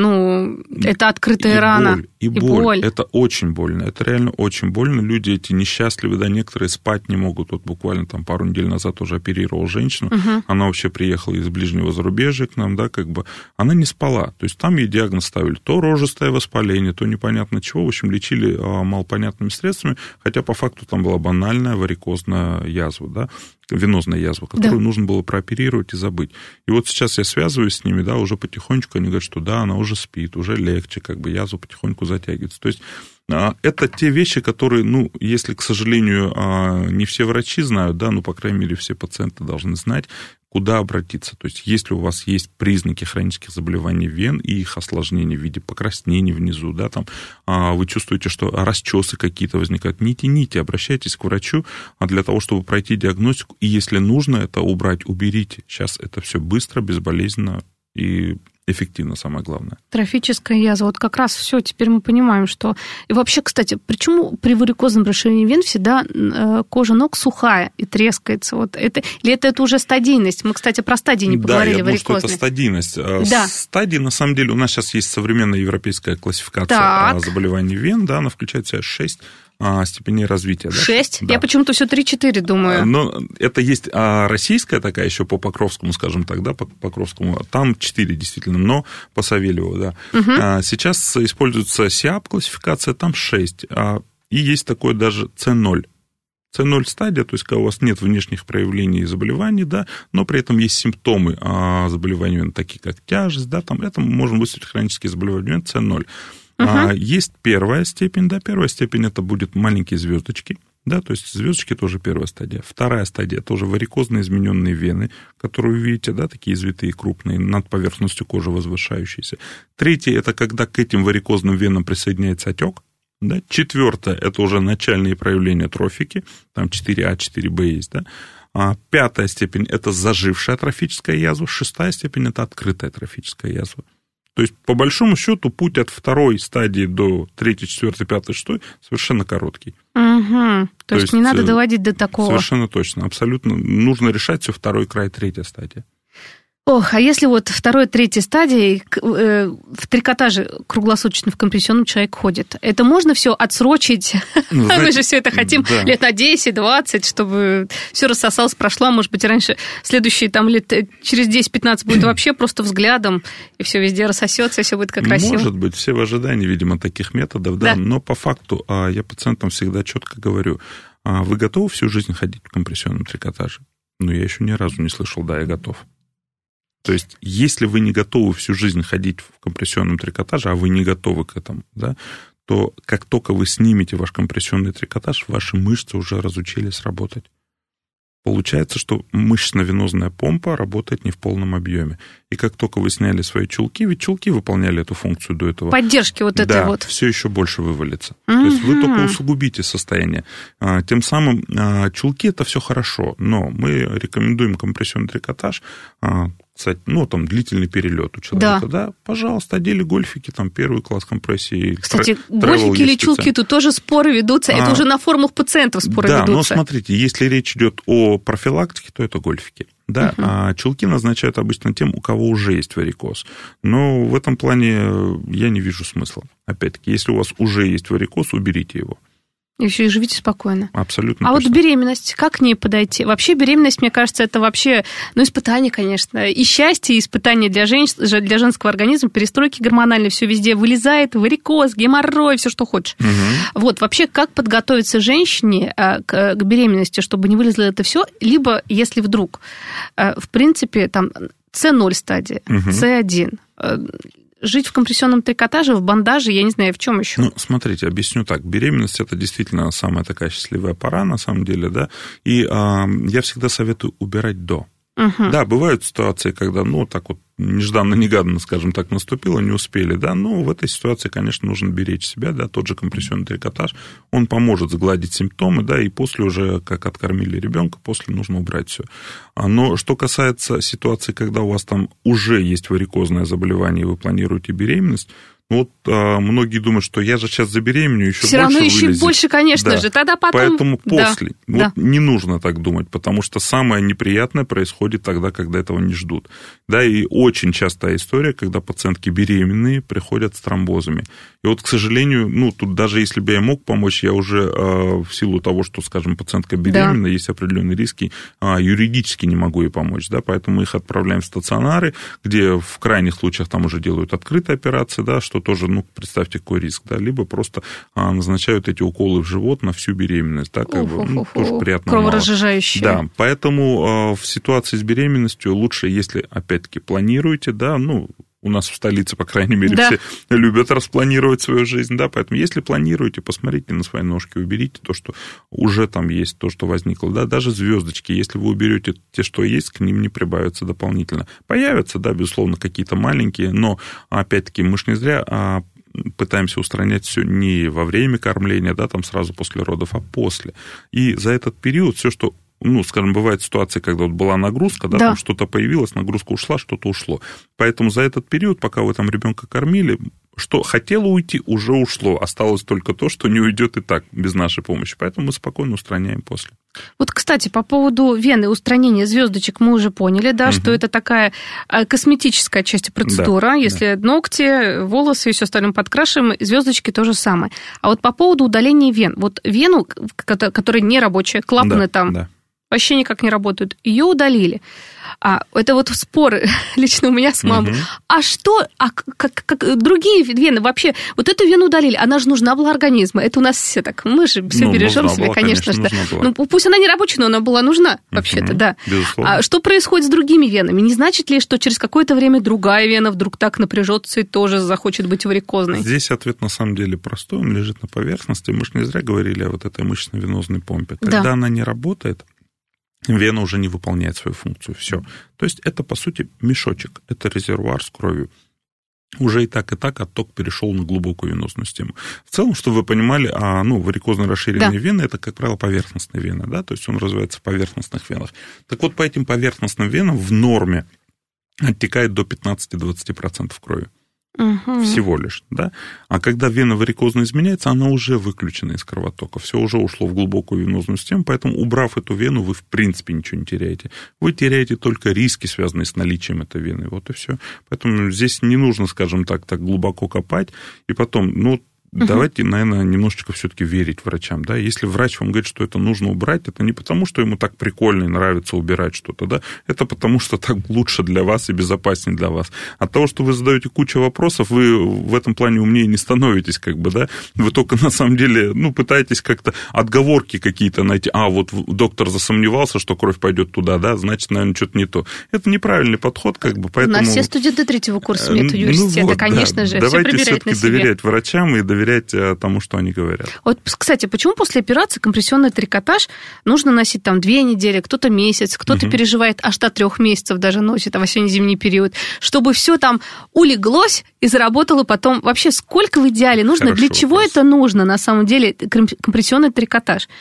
это открытая рана. И боль. Это очень больно, это реально очень больно. Люди эти несчастливы, да, некоторые спать не могут. Буквально там пару недель назад уже оперировал женщину, она вообще приехала из ближнего зарубежья к нам, да, она не спала. То есть там ей диагноз ставили то рожистое воспаление, то непонятно чего, в общем, лечили малопонятными средствами, хотя по факту там была банальная варикозная язва, да, венозная язва, которую нужно было прооперировать и забыть. И сейчас я связываюсь с ними, да, уже потихонечку они говорят, что да, она уже спит, уже легче, язва потихоньку затягивается. То есть Это те вещи, которые, ну, если, к сожалению, не все врачи знают, да, ну, по крайней мере, все пациенты должны знать, куда обратиться. То есть, если у вас есть признаки хронических заболеваний вен и их осложнений в виде покраснений внизу, да, там, вы чувствуете, что расчесы какие-то возникают, не тяните, обращайтесь к врачу для того, чтобы пройти диагностику, и если нужно это убрать, уберите. Сейчас это все быстро, безболезненно и эффективно, самое главное. Трофическая язва. Вот как раз все, теперь мы понимаем, что... И вообще, кстати, почему при варикозном расширении вен всегда кожа ног сухая и трескается? Вот это... Или это уже стадийность? Мы, кстати, про стадии не поговорили. Да, я думаю, что это стадийность. Да. Стадии, на самом деле, у нас сейчас есть современная европейская классификация заболеваний вен, да, она включает в себя 6 степеней развития. 6? Да. Я почему-то все 3-4 думаю. Но это есть российская такая еще по Покровскому, скажем так, да, по Покровскому. Там 4 действительно, но по Савельеву, да. Угу. Сейчас используется СИАП классификация, там 6. И есть такое даже С0. С0 стадия, то есть когда у вас нет внешних проявлений заболеваний, да, но при этом есть симптомы заболеваний, такие как тяжесть, да, там это можно выставить хронические заболевания, С0. Есть первая степень, да, первая степень это будет маленькие звездочки, да, то есть звездочки тоже первая стадия. Вторая стадия тоже варикозно измененные вены, которые вы видите, да, такие извитые, крупные, над поверхностью кожи возвышающиеся. Третья это когда к этим варикозным венам присоединяется отек. Да. Четвертое это уже начальные проявления трофики, там 4А, 4Б есть, да. Пятая степень это зажившая атрофическая язва, шестая степень это открытая атрофическая язва. То есть, по большому счету, путь от второй стадии до третьей, четвертой, пятой, шестой совершенно короткий. Угу. То есть не надо доводить до такого. Совершенно точно. Абсолютно. Нужно решать все второй край, третья стадия. Ох, а если вот второй, третьей стадии в трикотаже круглосуточно в компрессионном человек ходит, это можно все отсрочить? Ну, знаете, мы же все это хотим лет на 10-20, чтобы все рассосалось, прошло, может быть, раньше следующие там лет через 10-15 будет вообще просто взглядом, и все везде рассосется, и все будет как красиво. Может быть, все в ожидании, видимо, таких методов, да, но по факту я пациентам всегда четко говорю, вы готовы всю жизнь ходить в компрессионном трикотаже? Ну, я еще ни разу не слышал, да, я готов. То есть, если вы не готовы всю жизнь ходить в компрессионном трикотаже, а вы не готовы к этому, да, то как только вы снимете ваш компрессионный трикотаж, ваши мышцы уже разучились работать. Получается, что мышечно-венозная помпа работает не в полном объеме. И как только вы сняли свои чулки, ведь чулки выполняли эту функцию до этого. Поддержки вот этой вот. Да, все еще больше вывалится. То есть вы только усугубите состояние. Тем самым чулки – это все хорошо, но мы рекомендуем компрессионный трикотаж, кстати, ну, там, длительный перелет у человека, да, пожалуйста, одели гольфики, там, первый класс компрессии. Кстати, гольфики или чулки, тут тоже споры ведутся, это уже на форумах пациентов споры ведутся. Да, но смотрите, если речь идет о профилактике, то это гольфики. Да, а чулки назначают обычно тем, у кого уже есть варикоз. Но в этом плане я не вижу смысла. Опять-таки, если у вас уже есть варикоз, уберите его. И все, и живите спокойно. Абсолютно. А точно. Вот беременность, как к ней подойти? Вообще беременность, мне кажется, это вообще, ну, испытание, конечно. И счастье, и испытание для женского организма, перестройки гормональные, все везде вылезает, варикоз, геморрой, все, что хочешь. Угу. Вот, вообще, как подготовиться женщине к беременности, чтобы не вылезло это все? Либо, если вдруг, в принципе, там, С0 стадия, угу. С1, жить в компрессионном трикотаже, в бандаже, я не знаю, в чем еще. Ну, смотрите, объясню так. Беременность – это действительно самая такая счастливая пора, на самом деле, да, и я всегда советую убирать до. Угу. Да, бывают ситуации, когда, ну, так вот, нежданно-негаданно, скажем так, наступило, не успели, да, но в этой ситуации, конечно, нужно беречь себя, да, тот же компрессионный трикотаж, он поможет сгладить симптомы, да, и после уже, как откормили ребенка, после нужно убрать все. Но что касается ситуации, когда у вас там уже есть варикозное заболевание, и вы планируете беременность, вот многие думают, что я же сейчас забеременею, еще все больше равно вылезет. Еще больше, конечно же. Тогда потом... Поэтому после. Да. Вот не нужно так думать, потому что самое неприятное происходит тогда, когда этого не ждут. Да, и очень частая история, когда пациентки беременные приходят с тромбозами. И вот, к сожалению, ну, тут даже если бы я мог помочь, я уже в силу того, что, скажем, пациентка беременна, есть определенные риски, юридически не могу ей помочь, да, поэтому их отправляем в стационары, где в крайних случаях там уже делают открытые операции, да, что тоже, ну, представьте, какой риск, да, либо просто назначают эти уколы в живот на всю беременность, да, как бы, ну, тоже приятно. Кроворазжижающие. Да, поэтому в ситуации с беременностью лучше, если, опять-таки, планируете, да, ну, у нас в столице, по крайней мере, да. все любят распланировать свою жизнь, да, поэтому если планируете, посмотрите на свои ножки, уберите то, что уже там есть, то, что возникло, да, даже звездочки, если вы уберете те, что есть, к ним не прибавятся дополнительно. Появятся, да, безусловно, какие-то маленькие, но, опять-таки, мы ж не зря пытаемся устранять все не во время кормления, да, там сразу после родов, а после. И за этот период все, что скажем, бывает ситуация, когда вот была нагрузка, да, там что-то появилось, нагрузка ушла, что-то ушло. Поэтому за этот период, пока вы там ребенка кормили, что хотело уйти, уже ушло. Осталось только то, что не уйдет и так, без нашей помощи. Поэтому мы спокойно устраняем после. Вот, кстати, по поводу вены, устранения звездочек мы уже поняли, да, что это такая косметическая часть процедуры. Да, если ногти, волосы и все остальное подкрашиваем, звездочки то же самое. А вот по поводу удаления вен. Вот вену, которая не рабочая, клапаны вообще никак не работают, ее удалили. Это вот споры лично у меня с мамой. Как другие вены вообще, вот эту вену удалили, она же нужна была организму. Это у нас все так, мы же все бережем себе, конечно же. Пусть она не рабочая, но она была нужна вообще-то, да. А что происходит с другими венами? Не значит ли, что через какое-то время другая вена вдруг так напряжется и тоже захочет быть варикозной? Здесь ответ на самом деле простой, он лежит на поверхности. Мы же не зря говорили о вот этой мышечно-венозной помпе. Когда она не работает, вена уже не выполняет свою функцию. Все. То есть это, по сути, мешочек, это резервуар с кровью. Уже и так отток перешел на глубокую венозную систему. В целом, чтобы вы понимали, варикозное расширение вены – это, как правило, поверхностная вена, да, то есть он развивается в поверхностных венах. Так вот, по этим поверхностным венам в норме оттекает до 15-20% крови. Всего лишь, да. А когда вена варикозная изменяется, она уже выключена из кровотока, все уже ушло в глубокую венозную систему, поэтому, убрав эту вену, вы в принципе ничего не теряете. Вы теряете только риски, связанные с наличием этой вены, вот и все. Поэтому здесь не нужно, скажем так глубоко копать, и потом, давайте, наверное, немножечко все-таки верить врачам, да. Если врач вам говорит, что это нужно убрать, это не потому, что ему так прикольно и нравится убирать что-то, да, это потому, что так лучше для вас и безопаснее для вас. От того, что вы задаете кучу вопросов, вы в этом плане умнее не становитесь, да, вы только на самом деле, пытаетесь как-то отговорки какие-то найти, вот доктор засомневался, что кровь пойдет туда, да, значит, наверное, что-то не то. Это неправильный подход, поэтому... У нас все студенты 3-го курса медуниверситета, конечно же, все проверяют на себе. Давайте все-таки доверять врачам и доверять тому, что они говорят. Вот, кстати, почему после операции компрессионный трикотаж нужно носить 2 недели, кто-то месяц, кто-то переживает аж до 3 месяцев даже носит, в осенне-зимний период, чтобы все улеглось и заработало потом. Вообще, сколько в идеале нужно? Хорошо, для чего это нужно, на самом деле, компрессионный трикотаж?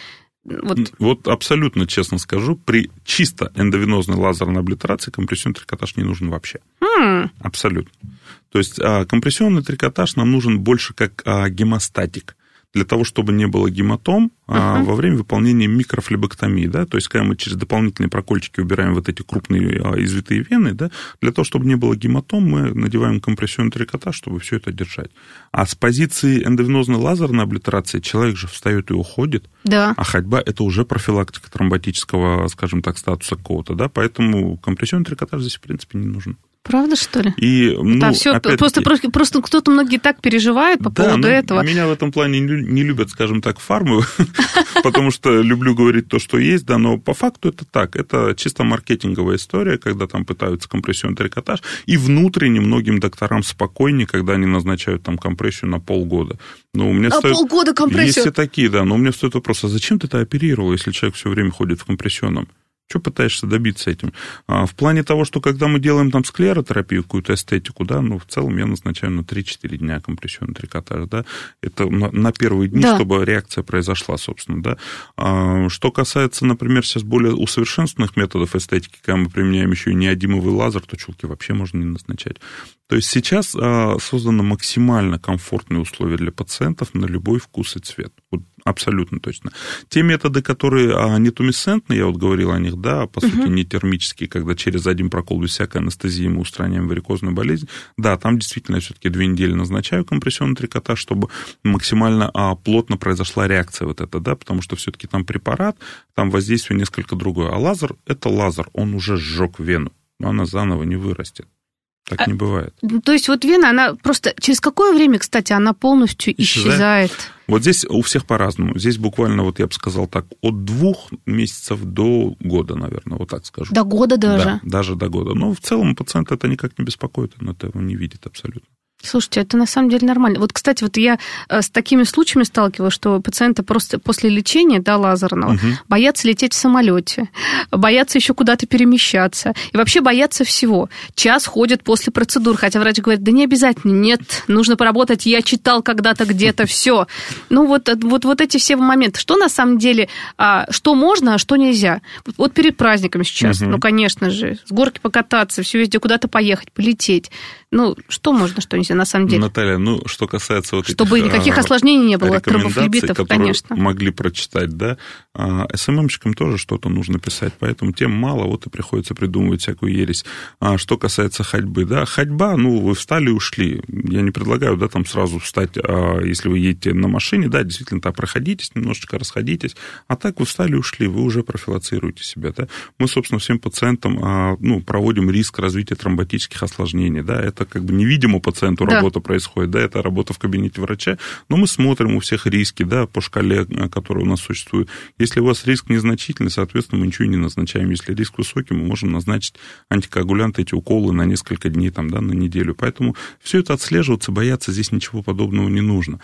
Вот абсолютно честно скажу, при чисто эндовенозной лазерной аблитерации компрессионный трикотаж не нужен вообще. Абсолютно. То есть компрессионный трикотаж нам нужен больше как гемостатик, для того, чтобы не было гематом во время выполнения микрофлебоктомии, да, то есть когда мы через дополнительные прокольчики убираем вот эти крупные извитые вены, да, для того, чтобы не было гематом, мы надеваем компрессионный трикотаж, чтобы все это держать. А с позиции эндовенозной лазерной аблитерации человек же встает и уходит, а ходьба – это уже профилактика тромботического, скажем так, статуса какого-то, да, поэтому компрессионный трикотаж здесь, в принципе, не нужен. Правда, что ли? И, все, просто кто-то многие так переживают по поводу этого. Меня в этом плане не любят, скажем так, фармы, потому что люблю говорить то, что есть, да, но по факту это так. Это чисто маркетинговая история, когда там пытаются компрессионный трикотаж, и внутренне многим докторам спокойнее, когда они назначают там компрессию на полгода. Но у меня полгода компрессию? Есть все такие, да, но у меня стоит вопрос, а зачем ты это оперировал, если человек все время ходит в компрессионном? Что пытаешься добиться этим? В плане того, что когда мы делаем там склеротерапию, какую-то эстетику, да, в целом я назначаю на 3-4 дня компрессионный трикотаж, да, это на первые дни, чтобы реакция произошла, собственно, да. Что касается, например, сейчас более усовершенствованных методов эстетики, когда мы применяем еще и неодимовый лазер, то чулки вообще можно не назначать. То есть сейчас созданы максимально комфортные условия для пациентов на любой вкус и цвет. Вот абсолютно точно. Те методы, которые нетумесцентные, я вот говорил о них, да, по сути, не термические, когда через один прокол без всякой анестезии мы устраняем варикозную болезнь, да, там действительно я все-таки 2 недели назначаю компрессионный трикотаж, чтобы максимально плотно произошла реакция вот эта, да, потому что все-таки там препарат, там воздействие несколько другое. А лазер – это лазер, он уже сжег вену, но она заново не вырастет. Так не бывает. То есть вот вена, она просто... Через какое время, кстати, она полностью исчезает? Вот здесь у всех по-разному. Здесь буквально, вот я бы сказал так, от 2 месяцев до года, наверное, вот так скажу. До года даже? Да, даже до года. Но в целом пациент это никак не беспокоит, он этого не видит абсолютно. Слушайте, это на самом деле нормально. Вот, кстати, вот я с такими случаями сталкивалась, что пациенты просто после лечения, да, лазерного, боятся лететь в самолете, боятся еще куда-то перемещаться, и вообще боятся всего. Час ходят после процедур, хотя врач говорит, да не обязательно, нет, нужно поработать, я читал когда-то где-то, все. Ну, вот эти все моменты. Что на самом деле, что можно, а что нельзя? Вот перед праздниками сейчас, ну, конечно же, с горки покататься, все везде куда-то поехать, полететь. Ну, что можно, что нельзя, на самом деле? Наталья, ну, что касается вот чтобы этих никаких осложнений не было, рекомендаций, которые конечно. могли прочитать, да, СММщикам тоже что-то нужно писать, поэтому тем мало, вот и приходится придумывать всякую ересь. Что касается ходьбы, да, ходьба, ну, вы встали и ушли. Я не предлагаю, да, там сразу встать, если вы едете на машине, да, действительно, там проходитесь, немножечко расходитесь, а так вы встали и ушли, вы уже профилактируете себя, да. Мы, собственно, всем пациентам, ну, проводим риск развития тромботических осложнений, да, это как бы невидимо пациенту работа происходит, да, это работа в кабинете врача, но мы смотрим у всех риски, да, по шкале, которая у нас существует. Если у вас риск незначительный, соответственно, мы ничего не назначаем. Если риск высокий, мы можем назначить антикоагулянты, эти уколы на несколько дней, там, да, на неделю. Поэтому все это отслеживаться, бояться здесь ничего подобного не нужно.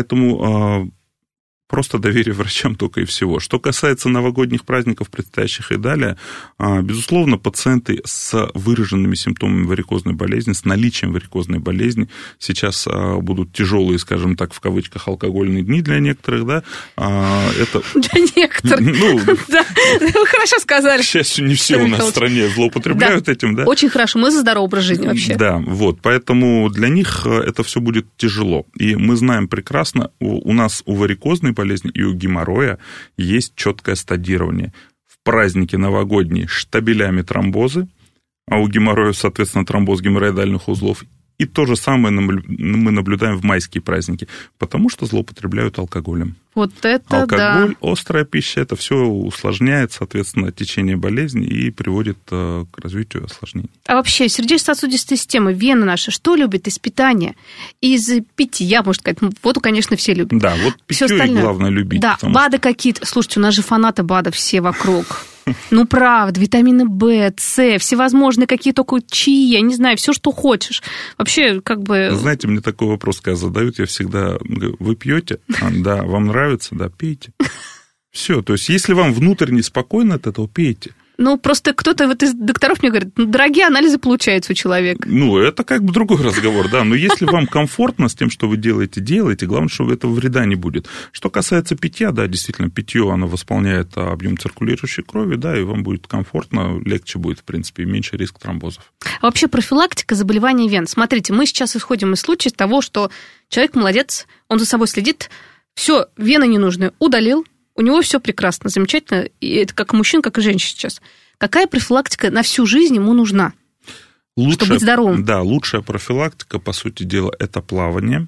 Поэтому просто доверие врачам только и всего. Что касается новогодних праздников, предстоящих и далее, безусловно, пациенты с выраженными симптомами варикозной болезни, с наличием варикозной болезни, сейчас будут тяжелые, скажем так, в кавычках, алкогольные дни для некоторых, да, это... Для некоторых. Ну, да, вы хорошо сказали. К счастью, не все у нас в стране злоупотребляют этим, да. Очень хорошо, мы за здоровый образ жизни вообще. Да, вот, поэтому для них это все будет тяжело. И мы знаем прекрасно, у нас у варикозной болезни и у геморроя есть четкое стадирование. В праздники новогодние штабелями тромбозы, а у геморроя, соответственно, тромбоз геморроидальных узлов. И то же самое мы наблюдаем в майские праздники, потому что злоупотребляют алкоголем. Вот это алкоголь, да. острая пища, это все усложняет, соответственно, течение болезни и приводит к развитию осложнений. А вообще, сердечно-сосудистая система, вены наши, что любит из питания? Из питья, можно сказать, воду, конечно, все любят. Да, вот питье и главное любить. Да, БАДы какие-то. Слушайте, у нас же фанаты БАДов все вокруг. Ну, правда, витамины В, С, всевозможные какие только чаи, я не знаю, все, что хочешь. Вообще, как бы... Знаете, мне такой вопрос, когда задают, я всегда говорю, вы пьете? Да, вам нравится? Да, пейте. Все, то есть, если вам внутренне спокойно от этого, пейте. Ну, просто кто-то вот из докторов мне говорит, ну, дорогие анализы получаются у человека. Ну, это как бы другой разговор, да. Но если вам комфортно с тем, что вы делаете, делайте. Главное, чтобы этого вреда не будет. Что касается питья, да, действительно, питье, оно восполняет объем циркулирующей крови, да, и вам будет комфортно, легче будет, в принципе, и меньше риск тромбозов. А вообще профилактика заболеваний вен. Смотрите, мы сейчас исходим из случая того, что человек молодец, он за собой следит, все, вены ненужные, удалил, у него все прекрасно, замечательно, и это как мужчин, как и женщин сейчас. Какая профилактика на всю жизнь ему нужна, чтобы быть здоровым? Да, лучшая профилактика, по сути дела, это плавание.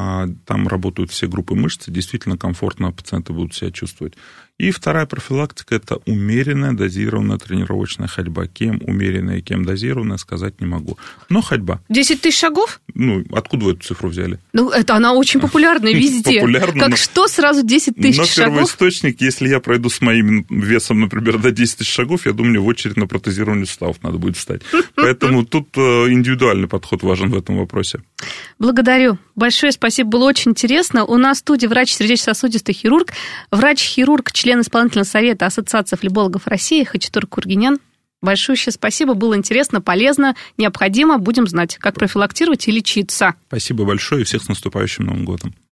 Там работают все группы мышц, действительно комфортно пациенты будут себя чувствовать. И вторая профилактика – это умеренная, дозированная тренировочная ходьба. Кем умеренная и кем дозированная, сказать не могу. Но ходьба. 10 тысяч шагов? Ну, откуда вы эту цифру взяли? Ну, это она очень популярная везде. Как что сразу 10 тысяч шагов? Но первоисточник, если я пройду с моим весом, например, до 10 тысяч шагов, я думаю, мне в очередь на протезирование суставов надо будет встать. Поэтому тут индивидуальный подход важен в этом вопросе. Благодарю. Большое спасибо, было очень интересно. У нас в студии врач сердечно-сосудистый хирург, врач-хирург, член исполнительного совета Ассоциации флебологов России Хачатур Кургинян. Большое спасибо, было интересно, полезно, необходимо. Будем знать, как профилактировать и лечиться. Спасибо большое и всех с наступающим Новым годом.